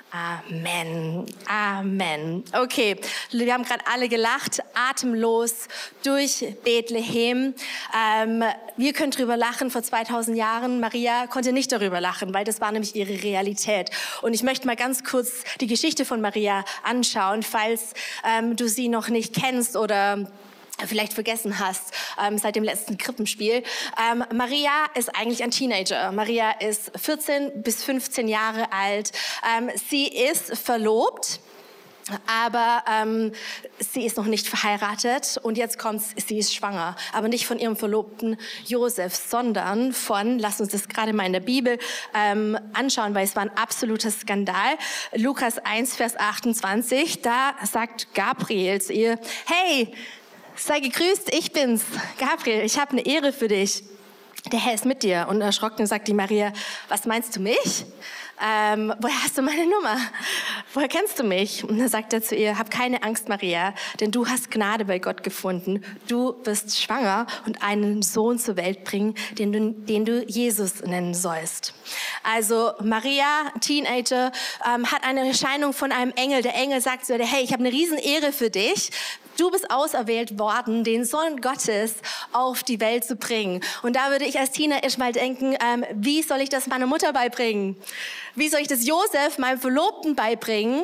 Amen. Amen. Okay, wir haben gerade alle gelacht, atemlos durch Bethlehem. Wir können drüber lachen, vor 2000 Jahren. Maria konnte nicht darüber lachen, weil das war nämlich ihre Realität. Und ich möchte mal ganz kurz die Geschichte von Maria anschauen, falls du sie noch nicht kennst oder vielleicht vergessen hast seit dem letzten Krippenspiel. Maria ist eigentlich ein Teenager. Maria ist 14 bis 15 Jahre alt. Sie ist verlobt, aber sie ist noch nicht verheiratet. Und jetzt kommt's, sie ist schwanger. Aber nicht von ihrem Verlobten Josef, sondern von, lass uns das gerade mal in der Bibel anschauen, weil es war ein absoluter Skandal. Lukas 1, Vers 28, da sagt Gabriel zu ihr, hey, sei gegrüßt, ich bin's, Gabriel, ich habe eine Ehre für dich. Der Herr ist mit dir. Und erschrocken sagt die Maria, was meinst du mich? Woher hast du meine Nummer? Woher kennst du mich? Und dann sagt er zu ihr, hab keine Angst, Maria, denn du hast Gnade bei Gott gefunden. Du wirst schwanger und einen Sohn zur Welt bringen, den du Jesus nennen sollst. Also Maria, Teenager, hat eine Erscheinung von einem Engel. Der Engel sagt zu ihr, hey, ich habe eine Riesenehre für dich. Du bist auserwählt worden, den Sohn Gottes auf die Welt zu bringen. Und da würde ich als Teenager mal denken, wie soll ich das meiner Mutter beibringen? Wie soll ich das Josef, meinem Verlobten, beibringen?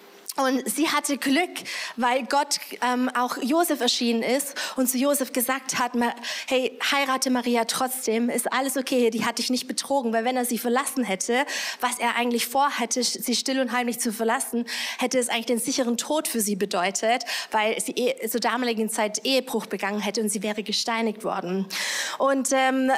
Und sie hatte Glück, weil Gott auch Josef erschienen ist und zu Josef gesagt hat, hey, heirate Maria trotzdem, ist alles okay, die hat dich nicht betrogen, weil wenn er sie verlassen hätte, was er eigentlich vorhatte, sie still und heimlich zu verlassen, hätte es eigentlich den sicheren Tod für sie bedeutet, weil sie zur damaligen Zeit Ehebruch begangen hätte und sie wäre gesteinigt worden. Und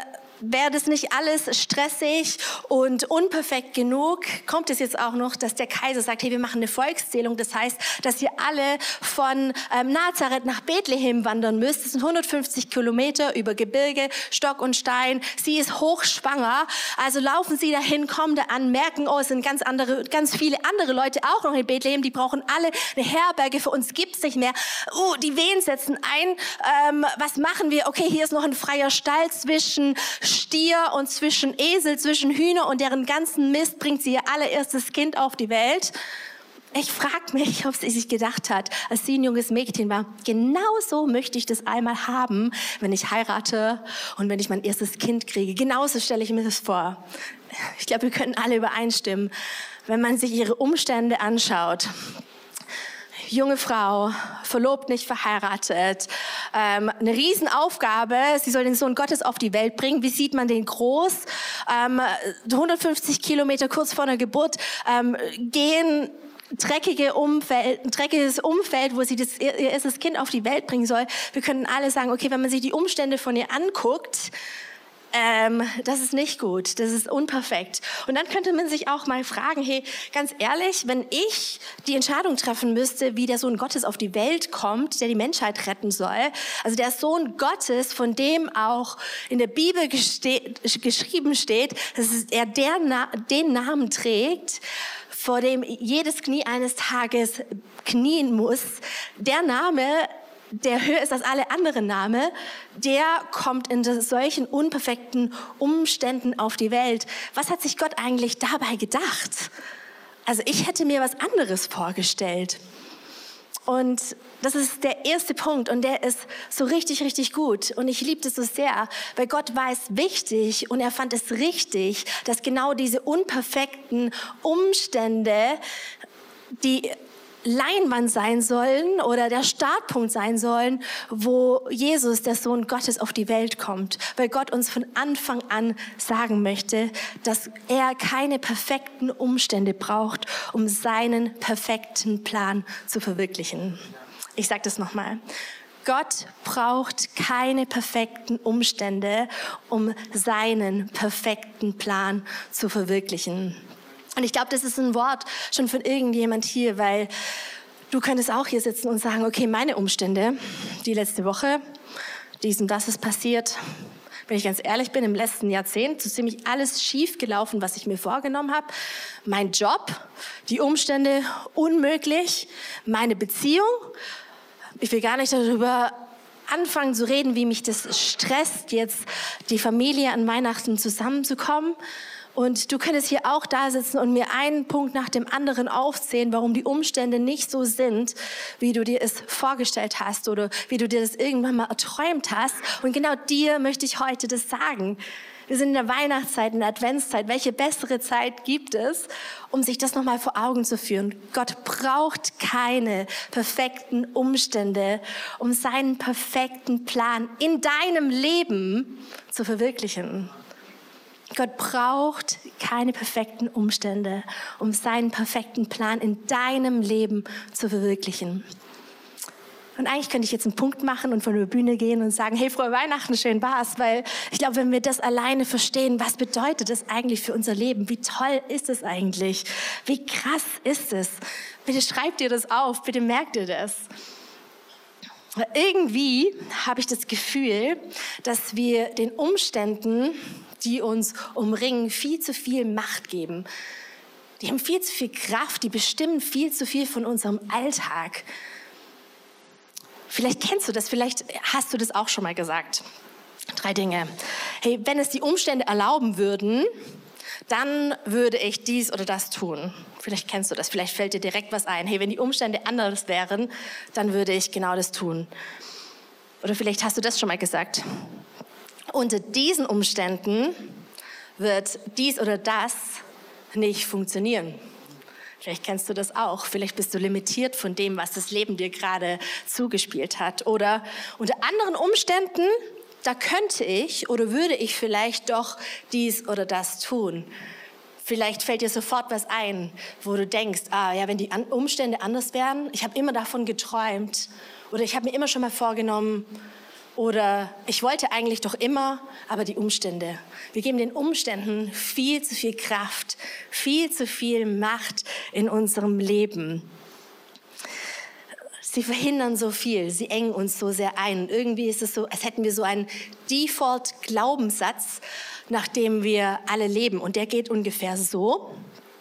wäre das nicht alles stressig und unperfekt genug, kommt es jetzt auch noch, dass der Kaiser sagt, hey, wir machen eine Volkszählung. Das heißt, dass ihr alle von Nazareth nach Bethlehem wandern müsst. Das sind 150 Kilometer über Gebirge, Stock und Stein. Sie ist hochschwanger. Also laufen sie dahin, kommen da an, merken, oh, es sind ganz viele andere Leute auch noch in Bethlehem. Die brauchen alle eine Herberge. Für uns gibt's nicht mehr. Die Wehen setzen ein. Was machen wir? Okay, hier ist noch ein freier Stall zwischen Stier und zwischen Esel, zwischen Hühner und deren ganzen Mist bringt sie ihr allererstes Kind auf die Welt. Ich frage mich, ob sie sich gedacht hat, als sie ein junges Mädchen war, genau so möchte ich das einmal haben, wenn ich heirate und wenn ich mein erstes Kind kriege. Genauso stelle ich mir das vor. Ich glaube, wir können alle übereinstimmen, wenn man sich ihre Umstände anschaut. Junge Frau, verlobt, nicht verheiratet, eine Riesenaufgabe, sie soll den Sohn Gottes auf die Welt bringen. Wie sieht man den groß? 150 Kilometer kurz vor der Geburt gehen, dreckiges Umfeld, wo sie ihr erstes Kind auf die Welt bringen soll. Wir können alle sagen, okay, wenn man sich die Umstände von ihr anguckt, das ist nicht gut, das ist unperfekt. Und dann könnte man sich auch mal fragen, hey, ganz ehrlich, wenn ich die Entscheidung treffen müsste, wie der Sohn Gottes auf die Welt kommt, der die Menschheit retten soll, also der Sohn Gottes, von dem auch in der Bibel geschrieben steht, dass er den Namen trägt, vor dem jedes Knie eines Tages knien muss, der Name, der höher ist als alle anderen Namen, der kommt in solchen unperfekten Umständen auf die Welt. Was hat sich Gott eigentlich dabei gedacht? Also ich hätte mir was anderes vorgestellt. Und das ist der erste Punkt und der ist so richtig, richtig gut. Und ich liebe das so sehr, weil Gott war es wichtig und er fand es richtig, dass genau diese unperfekten Umstände, die Leinwand sein sollen oder der Startpunkt sein sollen, wo Jesus, der Sohn Gottes, auf die Welt kommt. Weil Gott uns von Anfang an sagen möchte, dass er keine perfekten Umstände braucht, um seinen perfekten Plan zu verwirklichen. Ich sage das nochmal. Gott braucht keine perfekten Umstände, um seinen perfekten Plan zu verwirklichen. Und ich glaube, das ist ein Wort schon von irgendjemand hier, weil du könntest auch hier sitzen und sagen, okay, meine Umstände, die letzte Woche, dies und das ist passiert. Wenn ich ganz ehrlich bin, im letzten Jahrzehnt so ziemlich alles schief gelaufen, was ich mir vorgenommen habe. Mein Job, die Umstände unmöglich, meine Beziehung. Ich will gar nicht darüber anfangen zu reden, wie mich das stresst, jetzt die Familie an Weihnachten zusammenzukommen. Und du könntest hier auch da sitzen und mir einen Punkt nach dem anderen aufzählen, warum die Umstände nicht so sind, wie du dir es vorgestellt hast oder wie du dir das irgendwann mal erträumt hast. Und genau dir möchte ich heute das sagen. Wir sind in der Weihnachtszeit, in der Adventszeit. Welche bessere Zeit gibt es, um sich das nochmal vor Augen zu führen? Gott braucht keine perfekten Umstände, um seinen perfekten Plan in deinem Leben zu verwirklichen. Gott braucht keine perfekten Umstände, um seinen perfekten Plan in deinem Leben zu verwirklichen. Und eigentlich könnte ich jetzt einen Punkt machen und von der Bühne gehen und sagen, hey, frohe Weihnachten, schön war's, weil ich glaube, wenn wir das alleine verstehen, was bedeutet das eigentlich für unser Leben? Wie toll ist es eigentlich? Wie krass ist es? Bitte schreibt ihr das auf, bitte merkt ihr das. Irgendwie habe ich das Gefühl, dass wir den Umständen, die uns umringen, viel zu viel Macht geben. Die haben viel zu viel Kraft, die bestimmen viel zu viel von unserem Alltag. Vielleicht kennst du das, vielleicht hast du das auch schon mal gesagt. 3 Dinge. Hey, wenn es die Umstände erlauben würden, dann würde ich dies oder das tun. Vielleicht kennst du das, vielleicht fällt dir direkt was ein. Hey, wenn die Umstände anders wären, dann würde ich genau das tun. Oder vielleicht hast du das schon mal gesagt. Unter diesen Umständen wird dies oder das nicht funktionieren. Vielleicht kennst du das auch. Vielleicht bist du limitiert von dem, was das Leben dir gerade zugespielt hat. Oder unter anderen Umständen, da könnte ich oder würde ich vielleicht doch dies oder das tun. Vielleicht fällt dir sofort was ein, wo du denkst, ja, wenn die Umstände anders wären, ich habe immer davon geträumt oder ich habe mir immer schon mal vorgenommen, oder ich wollte eigentlich doch immer, aber die Umstände. Wir geben den Umständen viel zu viel Kraft, viel zu viel Macht in unserem Leben. Sie verhindern so viel, sie engen uns so sehr ein. Und irgendwie ist es so, als hätten wir so einen Default-Glaubenssatz, nach dem wir alle leben. Und der geht ungefähr so.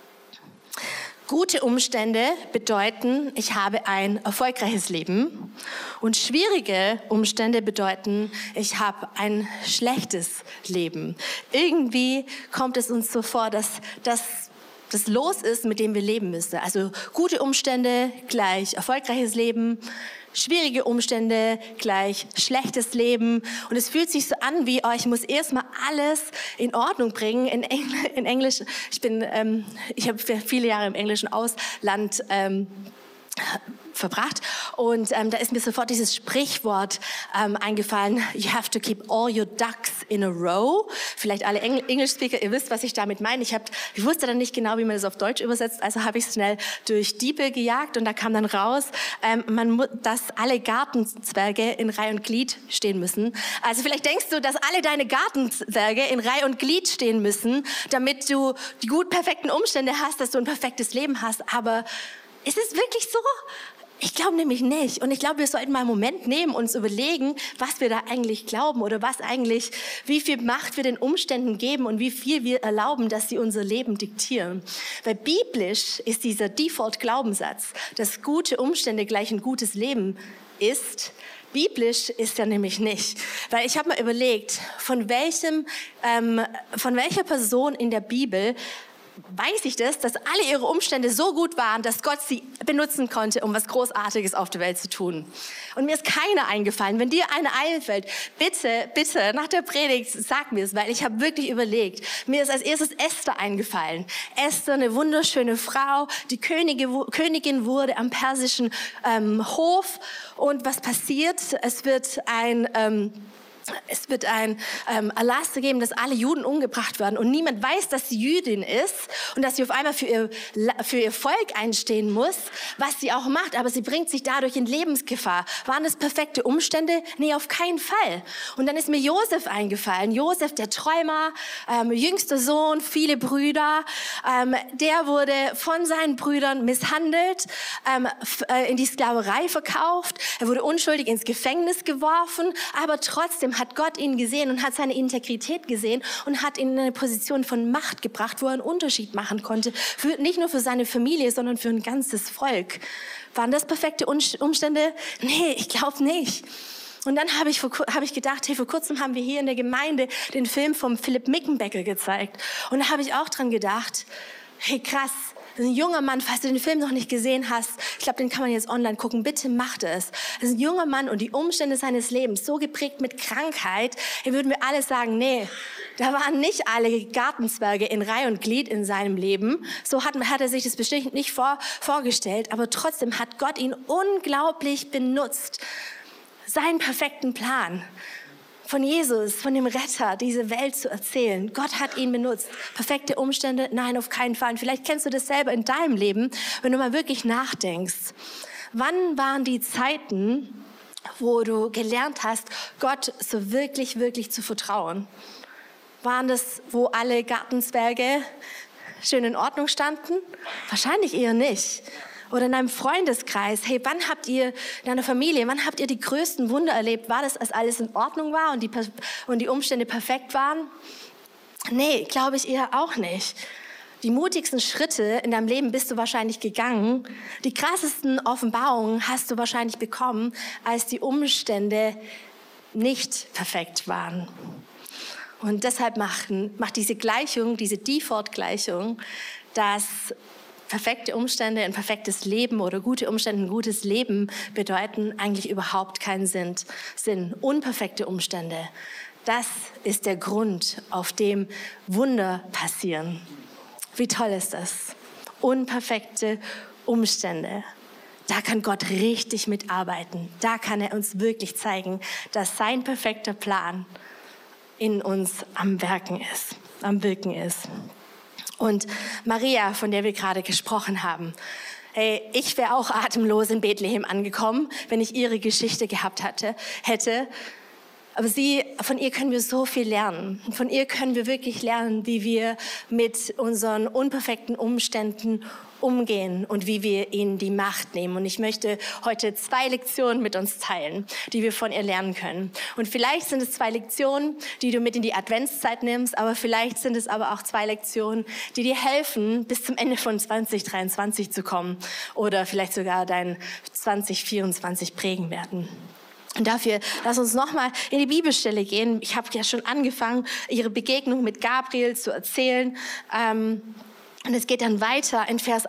Gute Umstände bedeuten, ich habe ein erfolgreiches Leben und schwierige Umstände bedeuten, ich habe ein schlechtes Leben. Irgendwie kommt es uns so vor, dass das los ist, mit dem wir leben müssen. Also gute Umstände gleich erfolgreiches Leben, schwierige Umstände gleich schlechtes Leben. Und es fühlt sich so an wie, ich muss erstmal alles in Ordnung bringen. In Englisch, ich habe viele Jahre im englischen Ausland verbracht und da ist mir sofort dieses Sprichwort eingefallen, you have to keep all your ducks in a row. Vielleicht alle Englisch-Speaker, ihr wisst, was ich damit meine. Ich wusste dann nicht genau, wie man das auf Deutsch übersetzt, also habe ich es schnell durch Diepel gejagt und da kam dann raus, dass alle Gartenzwerge in Reihe und Glied stehen müssen. Also vielleicht denkst du, dass alle deine Gartenzwerge in Reihe und Glied stehen müssen, damit du die gut perfekten Umstände hast, dass du ein perfektes Leben hast, aber ist es wirklich so? Ich glaube nämlich nicht. Und ich glaube, wir sollten mal einen Moment nehmen und uns überlegen, was wir da eigentlich glauben oder wie viel Macht wir den Umständen geben und wie viel wir erlauben, dass sie unser Leben diktieren. Weil biblisch ist dieser Default-Glaubenssatz, dass gute Umstände gleich ein gutes Leben ist. Biblisch ist er nämlich nicht. Weil ich habe mal überlegt, von welcher Person in der Bibel weiß ich das, dass alle ihre Umstände so gut waren, dass Gott sie benutzen konnte, um was Großartiges auf der Welt zu tun. Und mir ist keiner eingefallen. Wenn dir einer einfällt, bitte, nach der Predigt sag mir es, weil ich habe wirklich überlegt. Mir ist als erstes Esther eingefallen. Esther, eine wunderschöne Frau, die Königin wurde am persischen Hof. Und was passiert? Es wird ein Erlass geben, dass alle Juden umgebracht werden und niemand weiß, dass sie Jüdin ist und dass sie auf einmal für ihr Volk einstehen muss, was sie auch macht, aber sie bringt sich dadurch in Lebensgefahr. Waren das perfekte Umstände? Nee, auf keinen Fall. Und dann ist mir Josef eingefallen. Josef, der Träumer, jüngster Sohn, viele Brüder, der wurde von seinen Brüdern misshandelt, in die Sklaverei verkauft, er wurde unschuldig ins Gefängnis geworfen, aber trotzdem hat Gott ihn gesehen und hat seine Integrität gesehen und hat ihn in eine Position von Macht gebracht, wo er einen Unterschied machen konnte. Nicht nur für seine Familie, sondern für ein ganzes Volk. Waren das perfekte Umstände? Nee, ich glaube nicht. Und dann habe ich gedacht, hey, vor kurzem haben wir hier in der Gemeinde den Film vom Philipp Mickenbecker gezeigt. Und da habe ich auch dran gedacht, hey krass, ein junger Mann, falls du den Film noch nicht gesehen hast, ich glaube, den kann man jetzt online gucken, bitte macht es. Das ist ein junger Mann und die Umstände seines Lebens, so geprägt mit Krankheit, hier würden wir alle sagen, nee, da waren nicht alle Gartenzwerge in Reihe und Glied in seinem Leben. So hat er sich das bestimmt nicht vorgestellt, aber trotzdem hat Gott ihn unglaublich benutzt. Seinen perfekten Plan von Jesus, von dem Retter, diese Welt zu erzählen. Gott hat ihn benutzt. Perfekte Umstände? Nein, auf keinen Fall. Und vielleicht kennst du das selber in deinem Leben, wenn du mal wirklich nachdenkst. Wann waren die Zeiten, wo du gelernt hast, Gott so wirklich, wirklich zu vertrauen? Waren das, wo alle Gartenzwerge schön in Ordnung standen? Wahrscheinlich eher nicht. Oder in deinem Freundeskreis, hey, wann habt ihr in deiner Familie, wann habt ihr die größten Wunder erlebt? War das, als alles in Ordnung war und die Umstände perfekt waren? Nee, glaube ich eher auch nicht. Die mutigsten Schritte in deinem Leben bist du wahrscheinlich gegangen. Die krassesten Offenbarungen hast du wahrscheinlich bekommen, als die Umstände nicht perfekt waren. Und deshalb macht diese Gleichung, diese Default-Gleichung, dass perfekte Umstände ein perfektes Leben oder gute Umstände ein gutes Leben bedeuten eigentlich überhaupt keinen Sinn. Unperfekte Umstände, das ist der Grund, auf dem Wunder passieren. Wie toll ist das? Unperfekte Umstände. Da kann Gott richtig mitarbeiten. Da kann er uns wirklich zeigen, dass sein perfekter Plan in uns am Wirken ist. Und Maria, von der wir gerade gesprochen haben, hey, ich wäre auch atemlos in Bethlehem angekommen, wenn ich ihre Geschichte gehabt hätte. Aber von ihr können wir so viel lernen. Von ihr können wir wirklich lernen, wie wir mit unseren unperfekten Umständen umgehen und wie wir ihnen die Macht nehmen. Und ich möchte heute 2 Lektionen mit uns teilen, die wir von ihr lernen können. Und vielleicht sind es 2 Lektionen, die du mit in die Adventszeit nimmst, aber vielleicht sind es aber auch 2 Lektionen, die dir helfen, bis zum Ende von 2023 zu kommen oder vielleicht sogar dein 2024 prägen werden. Und dafür lass uns nochmal in die Bibelstelle gehen. Ich habe ja schon angefangen, ihre Begegnung mit Gabriel zu erzählen. Und es geht dann weiter in Vers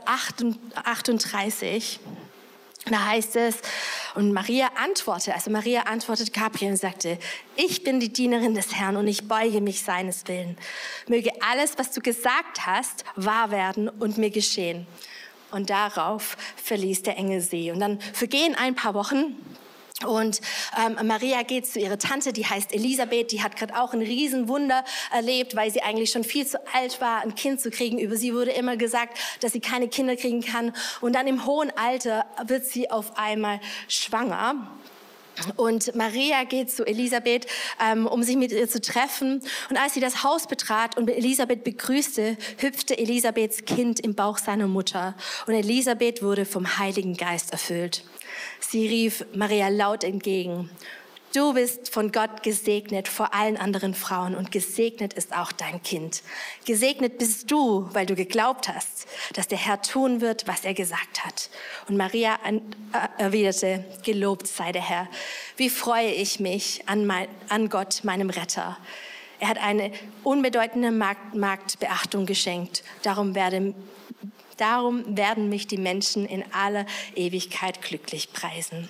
38. Da heißt es, und Maria antwortet Gabriel und sagte, ich bin die Dienerin des Herrn und ich beuge mich seines Willen. Möge alles, was du gesagt hast, wahr werden und mir geschehen. Und darauf verließ der Engel sie. Und dann vergehen ein paar Wochen. Und Maria geht zu ihrer Tante, die heißt Elisabeth, die hat gerade auch ein Riesenwunder erlebt, weil sie eigentlich schon viel zu alt war, ein Kind zu kriegen. Über sie wurde immer gesagt, dass sie keine Kinder kriegen kann. Und dann im hohen Alter wird sie auf einmal schwanger. Und Maria geht zu Elisabeth, um sich mit ihr zu treffen. Und als sie das Haus betrat und Elisabeth begrüßte, hüpfte Elisabeths Kind im Bauch seiner Mutter. Und Elisabeth wurde vom Heiligen Geist erfüllt. Sie rief Maria laut entgegen, du bist von Gott gesegnet vor allen anderen Frauen und gesegnet ist auch dein Kind. Gesegnet bist du, weil du geglaubt hast, dass der Herr tun wird, was er gesagt hat. Und Maria erwiderte, gelobt sei der Herr. Wie freue ich mich an Gott, meinem Retter. Er hat eine unbedeutende Marktbeachtung geschenkt. Darum werden mich die Menschen in aller Ewigkeit glücklich preisen.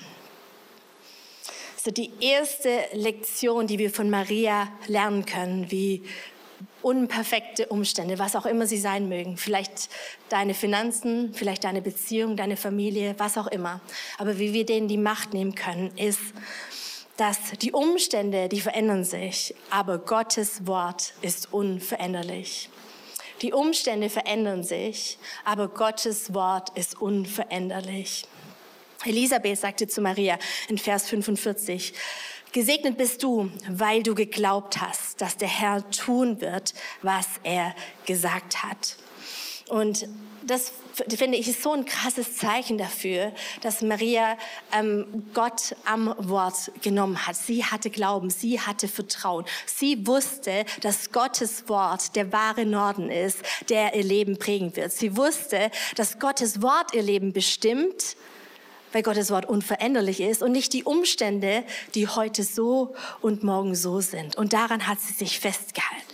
So die erste Lektion, die wir von Maria lernen können, wie unperfekte Umstände, was auch immer sie sein mögen, vielleicht deine Finanzen, vielleicht deine Beziehung, deine Familie, was auch immer. Aber wie wir denen die Macht nehmen können, ist, dass die Umstände, die verändern sich, aber Gottes Wort ist unveränderlich. Die Umstände verändern sich, aber Gottes Wort ist unveränderlich. Elisabeth sagte zu Maria in Vers 45, gesegnet bist du, weil du geglaubt hast, dass der Herr tun wird, was er gesagt hat. Und das finde ich ist so ein krasses Zeichen dafür, dass Maria Gott am Wort genommen hat. Sie hatte Glauben, sie hatte Vertrauen. Sie wusste, dass Gottes Wort der wahre Norden ist, der ihr Leben prägen wird. Sie wusste, dass Gottes Wort ihr Leben bestimmt, weil Gottes Wort unveränderlich ist und nicht die Umstände, die heute so und morgen so sind. Und daran hat sie sich festgehalten.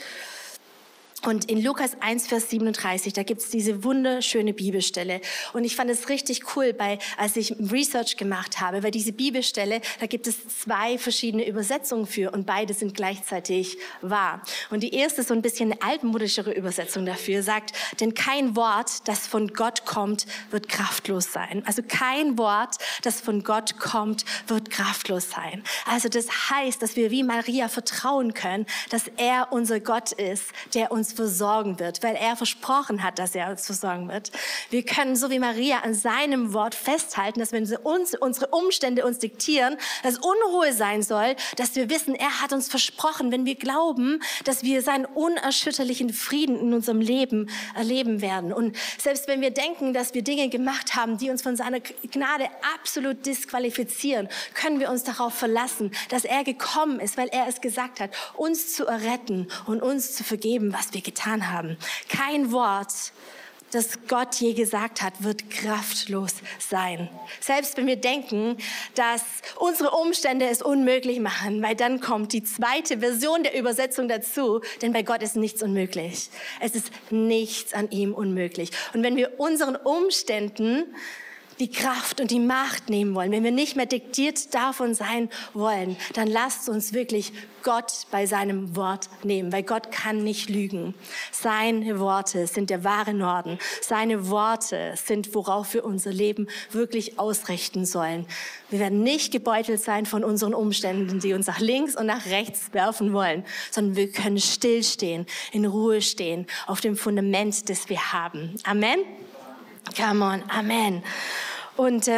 Und in Lukas 1, Vers 37, da gibt es diese wunderschöne Bibelstelle. Und ich fand es richtig cool, als ich Research gemacht habe, weil diese Bibelstelle, da gibt es 2 verschiedene Übersetzungen für und beide sind gleichzeitig wahr. Und die erste, so ein bisschen eine altmodischere Übersetzung dafür, sagt, denn kein Wort, das von Gott kommt, wird kraftlos sein. Also kein Wort, das von Gott kommt, wird kraftlos sein. Also das heißt, dass wir wie Maria vertrauen können, dass er unser Gott ist, der uns versorgen wird, weil er versprochen hat, dass er uns versorgen wird. Wir können so wie Maria an seinem Wort festhalten, dass wenn unsere Umstände uns diktieren, dass Unruhe sein soll, dass wir wissen, er hat uns versprochen, wenn wir glauben, dass wir seinen unerschütterlichen Frieden in unserem Leben erleben werden. Und selbst wenn wir denken, dass wir Dinge gemacht haben, die uns von seiner Gnade absolut disqualifizieren, können wir uns darauf verlassen, dass er gekommen ist, weil er es gesagt hat, uns zu erretten und uns zu vergeben, was wir getan haben. Kein Wort, das Gott je gesagt hat, wird kraftlos sein. Selbst wenn wir denken, dass unsere Umstände es unmöglich machen, weil dann kommt die zweite Version der Übersetzung dazu, denn bei Gott ist nichts unmöglich. Es ist nichts an ihm unmöglich. Und wenn wir unseren Umständen die Kraft und die Macht nehmen wollen, wenn wir nicht mehr diktiert davon sein wollen, dann lasst uns wirklich Gott bei seinem Wort nehmen, weil Gott kann nicht lügen. Seine Worte sind der wahre Norden. Seine Worte sind, worauf wir unser Leben wirklich ausrichten sollen. Wir werden nicht gebeutelt sein von unseren Umständen, die uns nach links und nach rechts werfen wollen, sondern wir können stillstehen, in Ruhe stehen, auf dem Fundament, das wir haben. Amen? Come on, Amen. Und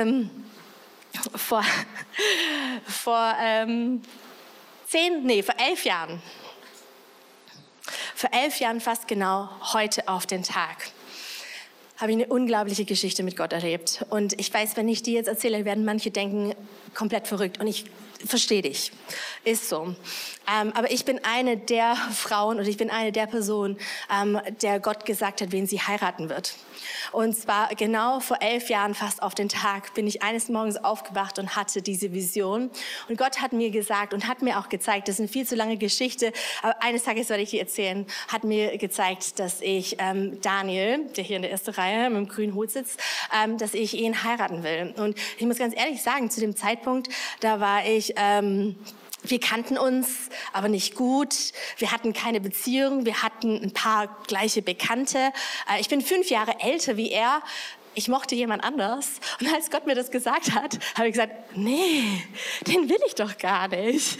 vor 11 Jahren, fast genau heute auf den Tag, habe ich eine unglaubliche Geschichte mit Gott erlebt. Und ich weiß, wenn ich die jetzt erzähle, werden manche denken, komplett verrückt. Und ich verstehe dich. Ist so. Aber ich bin eine der Frauen und ich bin eine der Personen, der Gott gesagt hat, wen sie heiraten wird. Und zwar genau vor 11 Jahren, fast auf den Tag, bin ich eines Morgens aufgewacht und hatte diese Vision. Und Gott hat mir gesagt und hat mir auch gezeigt, das ist eine viel zu lange Geschichte, aber eines Tages werde ich die erzählen, hat mir gezeigt, dass ich Daniel, der hier in der ersten Reihe mit dem grünen Hut sitzt, dass ich ihn heiraten will. Und ich muss ganz ehrlich sagen, zu dem Zeitpunkt, da war ich... wir kannten uns, aber nicht gut. Wir hatten keine Beziehung. Wir hatten ein paar gleiche Bekannte. Ich bin 5 Jahre älter wie er. Ich mochte jemand anders. Und als Gott mir das gesagt hat, habe ich gesagt, nee, den will ich doch gar nicht.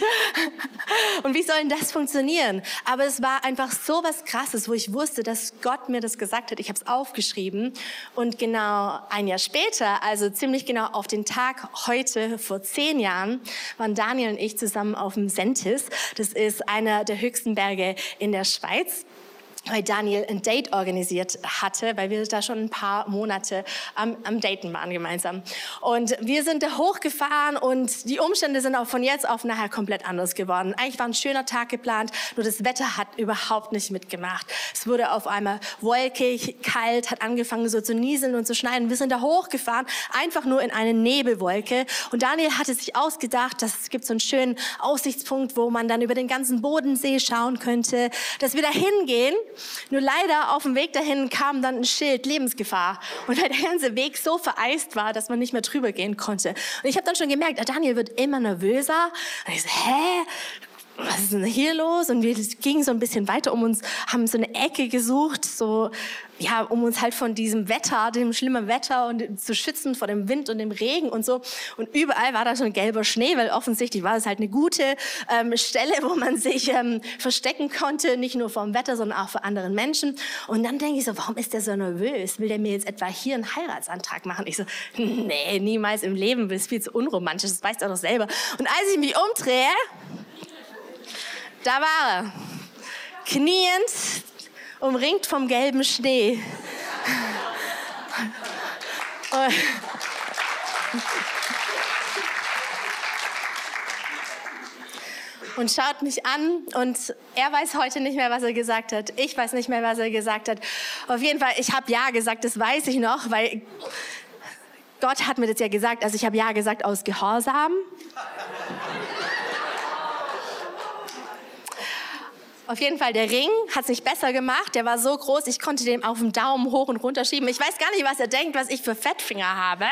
Und wie soll denn das funktionieren? Aber es war einfach so was Krasses, wo ich wusste, dass Gott mir das gesagt hat. Ich habe es aufgeschrieben. Und genau ein Jahr später, also ziemlich genau auf den Tag heute, vor 10 Jahren, waren Daniel und ich zusammen auf dem Sentis. Das ist einer der höchsten Berge in der Schweiz, weil Daniel ein Date organisiert hatte, weil wir da schon ein paar Monate am Daten waren gemeinsam. Und wir sind da hochgefahren und die Umstände sind auch von jetzt auf nachher komplett anders geworden. Eigentlich war ein schöner Tag geplant, nur das Wetter hat überhaupt nicht mitgemacht. Es wurde auf einmal wolkig, kalt, hat angefangen so zu nieseln und zu schneien. Wir sind da hochgefahren, einfach nur in eine Nebelwolke. Und Daniel hatte sich ausgedacht, dass es gibt so einen schönen Aussichtspunkt, wo man dann über den ganzen Bodensee schauen könnte, dass wir da hingehen. Nur leider auf dem Weg dahin kam dann ein Schild, Lebensgefahr. Und weil der ganze Weg so vereist war, dass man nicht mehr drüber gehen konnte. Und ich habe dann schon gemerkt, Daniel wird immer nervöser. Und ich so, was ist denn hier los? Und wir gingen so ein bisschen weiter um uns, haben so eine Ecke gesucht, so, ja, um uns halt von diesem Wetter, dem schlimmen Wetter und zu schützen vor dem Wind und dem Regen und so. Und überall war da schon gelber Schnee, weil offensichtlich war es halt eine gute Stelle, wo man sich verstecken konnte, nicht nur vom Wetter, sondern auch vor anderen Menschen. Und dann denke ich so, warum ist der so nervös? Will der mir jetzt etwa hier einen Heiratsantrag machen? Ich so, nee, niemals im Leben, das ist viel zu unromantisch, das weißt du doch selber. Und als ich mich umdrehe, da war er, kniend, umringt vom gelben Schnee. Und schaut mich an und er weiß heute nicht mehr, was er gesagt hat. Ich weiß nicht mehr, was er gesagt hat. Auf jeden Fall, ich habe ja gesagt, das weiß ich noch, weil Gott hat mir das ja gesagt, also ich habe ja gesagt aus Gehorsam. Auf jeden Fall, der Ring hat es nicht besser gemacht. Der war so groß, ich konnte den auf dem Daumen hoch und runter schieben. Ich weiß gar nicht, was er denkt, was ich für Fettfinger habe.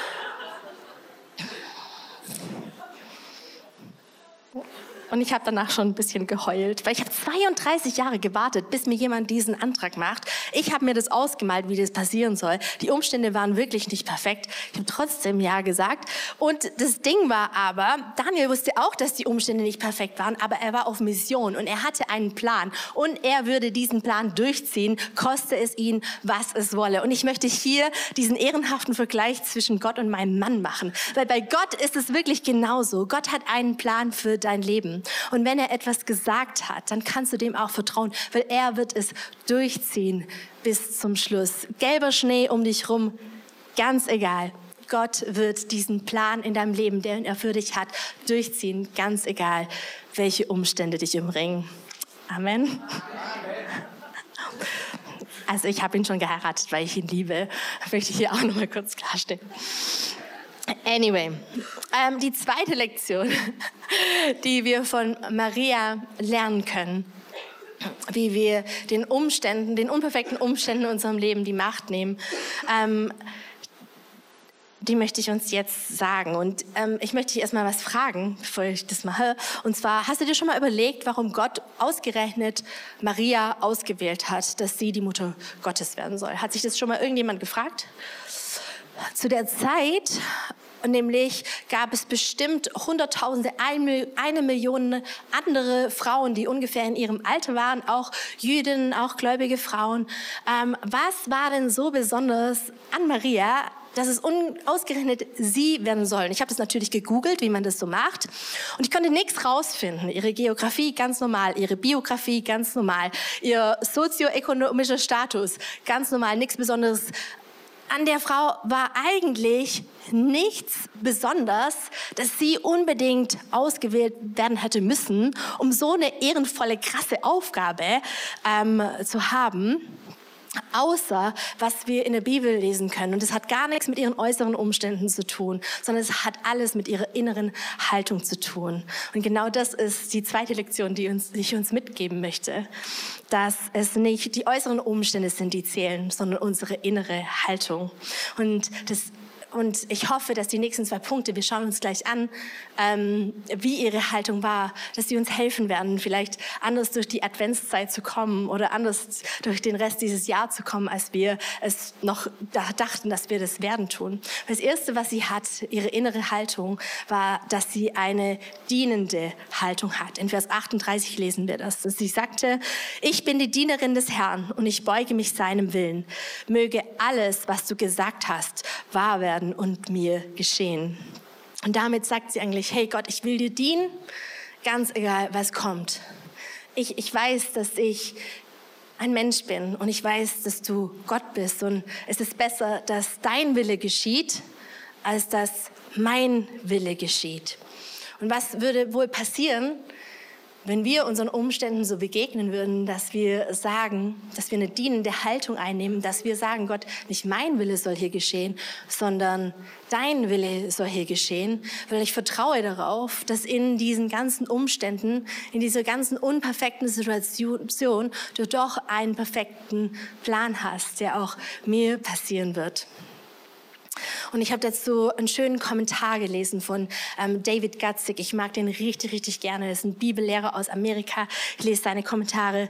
Und ich habe danach schon ein bisschen geheult, weil ich habe 32 Jahre gewartet, bis mir jemand diesen Antrag macht. Ich habe mir das ausgemalt, wie das passieren soll. Die Umstände waren wirklich nicht perfekt. Ich habe trotzdem Ja gesagt. Und das Ding war aber, Daniel wusste auch, dass die Umstände nicht perfekt waren, aber er war auf Mission und er hatte einen Plan. Und er würde diesen Plan durchziehen, koste es ihn, was es wolle. Und ich möchte hier diesen ehrenhaften Vergleich zwischen Gott und meinem Mann machen. Weil bei Gott ist es wirklich genauso. Gott hat einen Plan für dein Leben. Und wenn er etwas gesagt hat, dann kannst du dem auch vertrauen, weil er wird es durchziehen bis zum Schluss. Gelber Schnee um dich rum, ganz egal. Gott wird diesen Plan in deinem Leben, den er für dich hat, durchziehen, ganz egal, welche Umstände dich umringen. Amen. Also ich habe ihn schon geheiratet, weil ich ihn liebe. Das möchte ich hier auch noch mal kurz klarstellen. Anyway, die zweite Lektion, die wir von Maria lernen können, wie wir den Umständen, den unperfekten Umständen in unserem Leben die Macht nehmen, die möchte ich uns jetzt sagen. Und ich möchte dich erstmal was fragen, bevor ich das mache. Und zwar, hast du dir schon mal überlegt, warum Gott ausgerechnet Maria ausgewählt hat, dass sie die Mutter Gottes werden soll? Hat sich das schon mal irgendjemand gefragt? Zu der Zeit, nämlich gab es bestimmt Hunderttausende, 1 Million andere Frauen, die ungefähr in ihrem Alter waren, auch Jüdinnen, auch gläubige Frauen. Was war denn so besonders an Maria, dass es ausgerechnet sie werden sollen? Ich habe das natürlich gegoogelt, wie man das so macht. Und ich konnte nichts rausfinden. Ihre Geografie ganz normal, ihre Biografie ganz normal, ihr sozioökonomischer Status ganz normal, nichts Besonderes. An der Frau war eigentlich nichts Besonderes, dass sie unbedingt ausgewählt werden hätte müssen, um so eine ehrenvolle, krasse Aufgabe zu haben. Außer was wir in der Bibel lesen können. Und das hat gar nichts mit ihren äußeren Umständen zu tun, sondern es hat alles mit ihrer inneren Haltung zu tun. Und genau das ist die zweite Lektion, die ich uns mitgeben möchte. Dass es nicht die äußeren Umstände sind, die zählen, sondern unsere innere Haltung. Und ich hoffe, dass die nächsten 2 Punkte, wir schauen uns gleich an, wie ihre Haltung war, dass sie uns helfen werden, vielleicht anders durch die Adventszeit zu kommen oder anders durch den Rest dieses Jahr zu kommen, als wir es noch dachten, dass wir das werden tun. Das Erste, was sie hat, ihre innere Haltung, war, dass sie eine dienende Haltung hat. In Vers 38 lesen wir das. Sie sagte, ich bin die Dienerin des Herrn und ich beuge mich seinem Willen. Möge alles, was du gesagt hast, wahr werden und mir geschehen. Und damit sagt sie eigentlich, hey Gott, ich will dir dienen, ganz egal, was kommt. Ich weiß, dass ich ein Mensch bin und ich weiß, dass du Gott bist und es ist besser, dass dein Wille geschieht, als dass mein Wille geschieht. Und was würde wohl passieren, wenn wir unseren Umständen so begegnen würden, dass wir sagen, dass wir eine dienende Haltung einnehmen, dass wir sagen, Gott, nicht mein Wille soll hier geschehen, sondern dein Wille soll hier geschehen, weil ich vertraue darauf, dass in diesen ganzen Umständen, in dieser ganzen unperfekten Situation, du doch einen perfekten Plan hast, der auch mir passieren wird. Und ich habe dazu einen schönen Kommentar gelesen von David Gutzig. Ich mag den richtig, richtig gerne. Er ist ein Bibellehrer aus Amerika. Ich lese seine Kommentare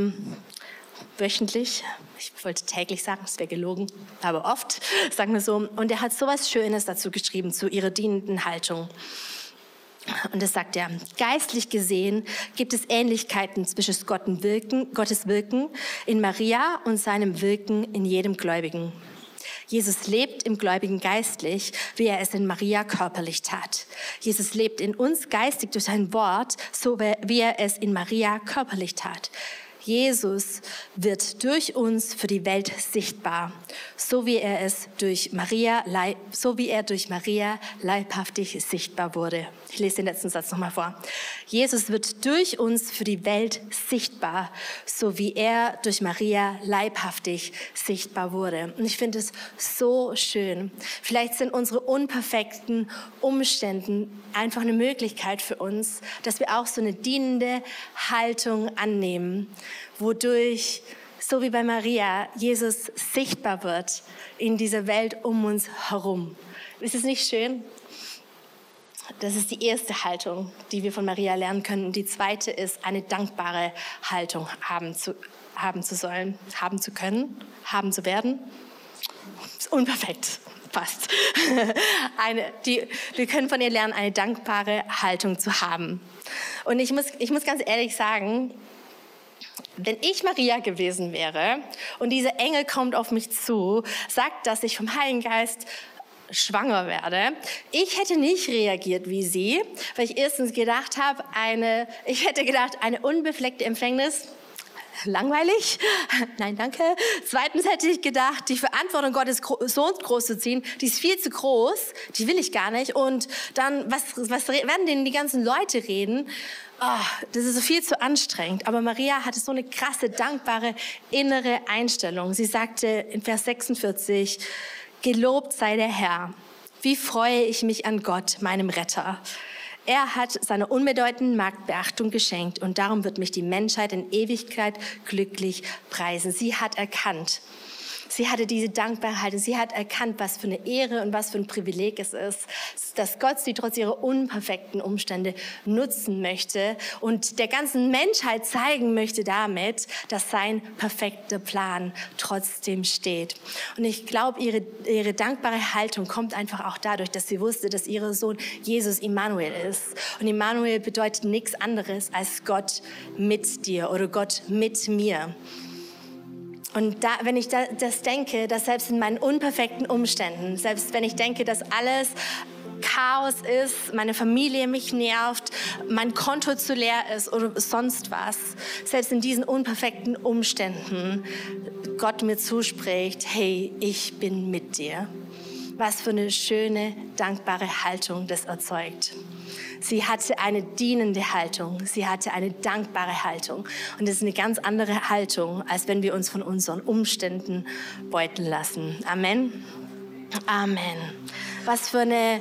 wöchentlich. Ich wollte täglich sagen, das wäre gelogen, aber oft, sagen wir so. Und er hat so was Schönes dazu geschrieben, zu ihrer dienenden Haltung. Und das sagt er, geistlich gesehen gibt es Ähnlichkeiten zwischen Gottes Wirken in Maria und seinem Wirken in jedem Gläubigen. Jesus lebt im Gläubigen geistlich, wie er es in Maria körperlich tat. Jesus lebt in uns geistig durch sein Wort, so wie er es in Maria körperlich tat. Jesus wird durch uns für die Welt sichtbar, so wie er durch Maria leibhaftig sichtbar wurde. Ich lese den letzten Satz nochmal vor. Jesus wird durch uns für die Welt sichtbar, so wie er durch Maria leibhaftig sichtbar wurde. Und ich finde es so schön. Vielleicht sind unsere unperfekten Umstände einfach eine Möglichkeit für uns, dass wir auch so eine dienende Haltung annehmen, wodurch, so wie bei Maria, Jesus sichtbar wird in dieser Welt um uns herum. Ist es nicht schön? Das ist die erste Haltung, die wir von Maria lernen können. Die zweite ist, eine dankbare Haltung haben zu werden. Ist unperfekt, fast. Wir können von ihr lernen, eine dankbare Haltung zu haben. Und ich muss ganz ehrlich sagen, wenn ich Maria gewesen wäre und dieser Engel kommt auf mich zu, sagt, dass ich vom Heiligen Geist schwanger werde. Ich hätte nicht reagiert wie sie, weil ich erstens gedacht habe, eine unbefleckte Empfängnis, langweilig, nein, danke. Zweitens hätte ich gedacht, die Verantwortung, Gottes Sohn großzuziehen, die ist viel zu groß, die will ich gar nicht. Und dann, was werden denn die ganzen Leute reden? Oh, das ist so viel zu anstrengend. Aber Maria hatte so eine krasse, dankbare innere Einstellung. Sie sagte in Vers 46, gelobt sei der Herr. Wie freue ich mich an Gott, meinem Retter. Er hat seiner unbedeutenden Magd Beachtung geschenkt und darum wird mich die Menschheit in Ewigkeit glücklich preisen. Sie hat erkannt, sie hatte diese Dankbarkeit und sie hat erkannt, was für eine Ehre und was für ein Privileg es ist, dass Gott sie trotz ihrer unperfekten Umstände nutzen möchte und der ganzen Menschheit zeigen möchte damit, dass sein perfekter Plan trotzdem steht. Und ich glaube, ihre dankbare Haltung kommt einfach auch dadurch, dass sie wusste, dass ihr Sohn Jesus Immanuel ist. Und Immanuel bedeutet nichts anderes als Gott mit dir oder Gott mit mir. Und wenn ich das denke, dass selbst in meinen unperfekten Umständen, selbst wenn ich denke, dass alles Chaos ist, meine Familie mich nervt, mein Konto zu leer ist oder sonst was, selbst in diesen unperfekten Umständen Gott mir zuspricht, hey, ich bin mit dir. Was für eine schöne, dankbare Haltung das erzeugt. Sie hatte eine dienende Haltung, sie hatte eine dankbare Haltung. Und das ist eine ganz andere Haltung, als wenn wir uns von unseren Umständen beuteln lassen. Amen. Amen. Was für eine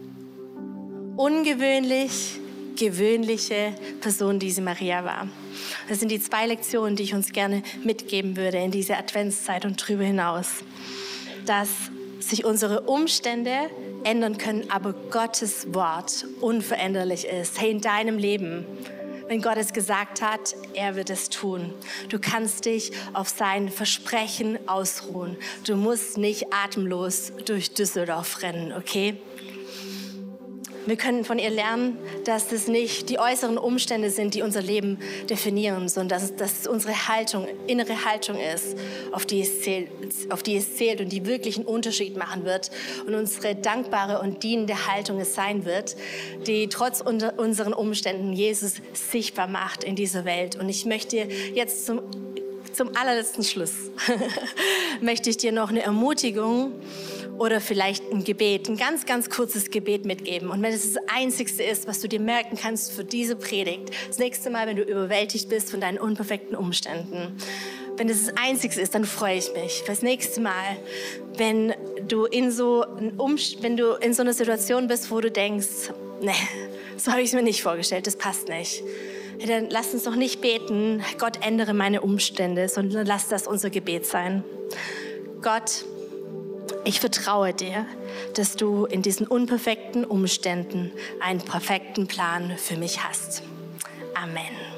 ungewöhnlich gewöhnliche Person diese Maria war. Das sind die 2 Lektionen, die ich uns gerne mitgeben würde in dieser Adventszeit und darüber hinaus. Dass sich unsere Umstände ändern können, aber Gottes Wort unveränderlich ist. Hey, in deinem Leben, wenn Gott es gesagt hat, er wird es tun. Du kannst dich auf sein Versprechen ausruhen. Du musst nicht atemlos durch Düsseldorf rennen, okay? Wir können von ihr lernen, dass es nicht die äußeren Umstände sind, die unser Leben definieren, sondern dass es unsere Haltung, innere Haltung ist, auf die es zählt und die wirklich einen Unterschied machen wird. Und unsere dankbare und dienende Haltung es sein wird, die trotz unseren Umständen Jesus sichtbar macht in dieser Welt. Und ich möchte jetzt zum allerletzten Schluss, möchte ich dir noch eine Ermutigung oder vielleicht ein Gebet, ein ganz, ganz kurzes Gebet mitgeben. Und wenn es das Einzigste ist, was du dir merken kannst für diese Predigt, das nächste Mal, wenn du überwältigt bist von deinen unperfekten Umständen, wenn das das Einzigste ist, dann freue ich mich. Das nächste Mal, wenn du in so einer Situation bist, wo du denkst, nee, so habe ich es mir nicht vorgestellt, das passt nicht. Dann lass uns doch nicht beten, Gott ändere meine Umstände, sondern lass das unser Gebet sein. Gott, ich vertraue dir, dass du in diesen unperfekten Umständen einen perfekten Plan für mich hast. Amen.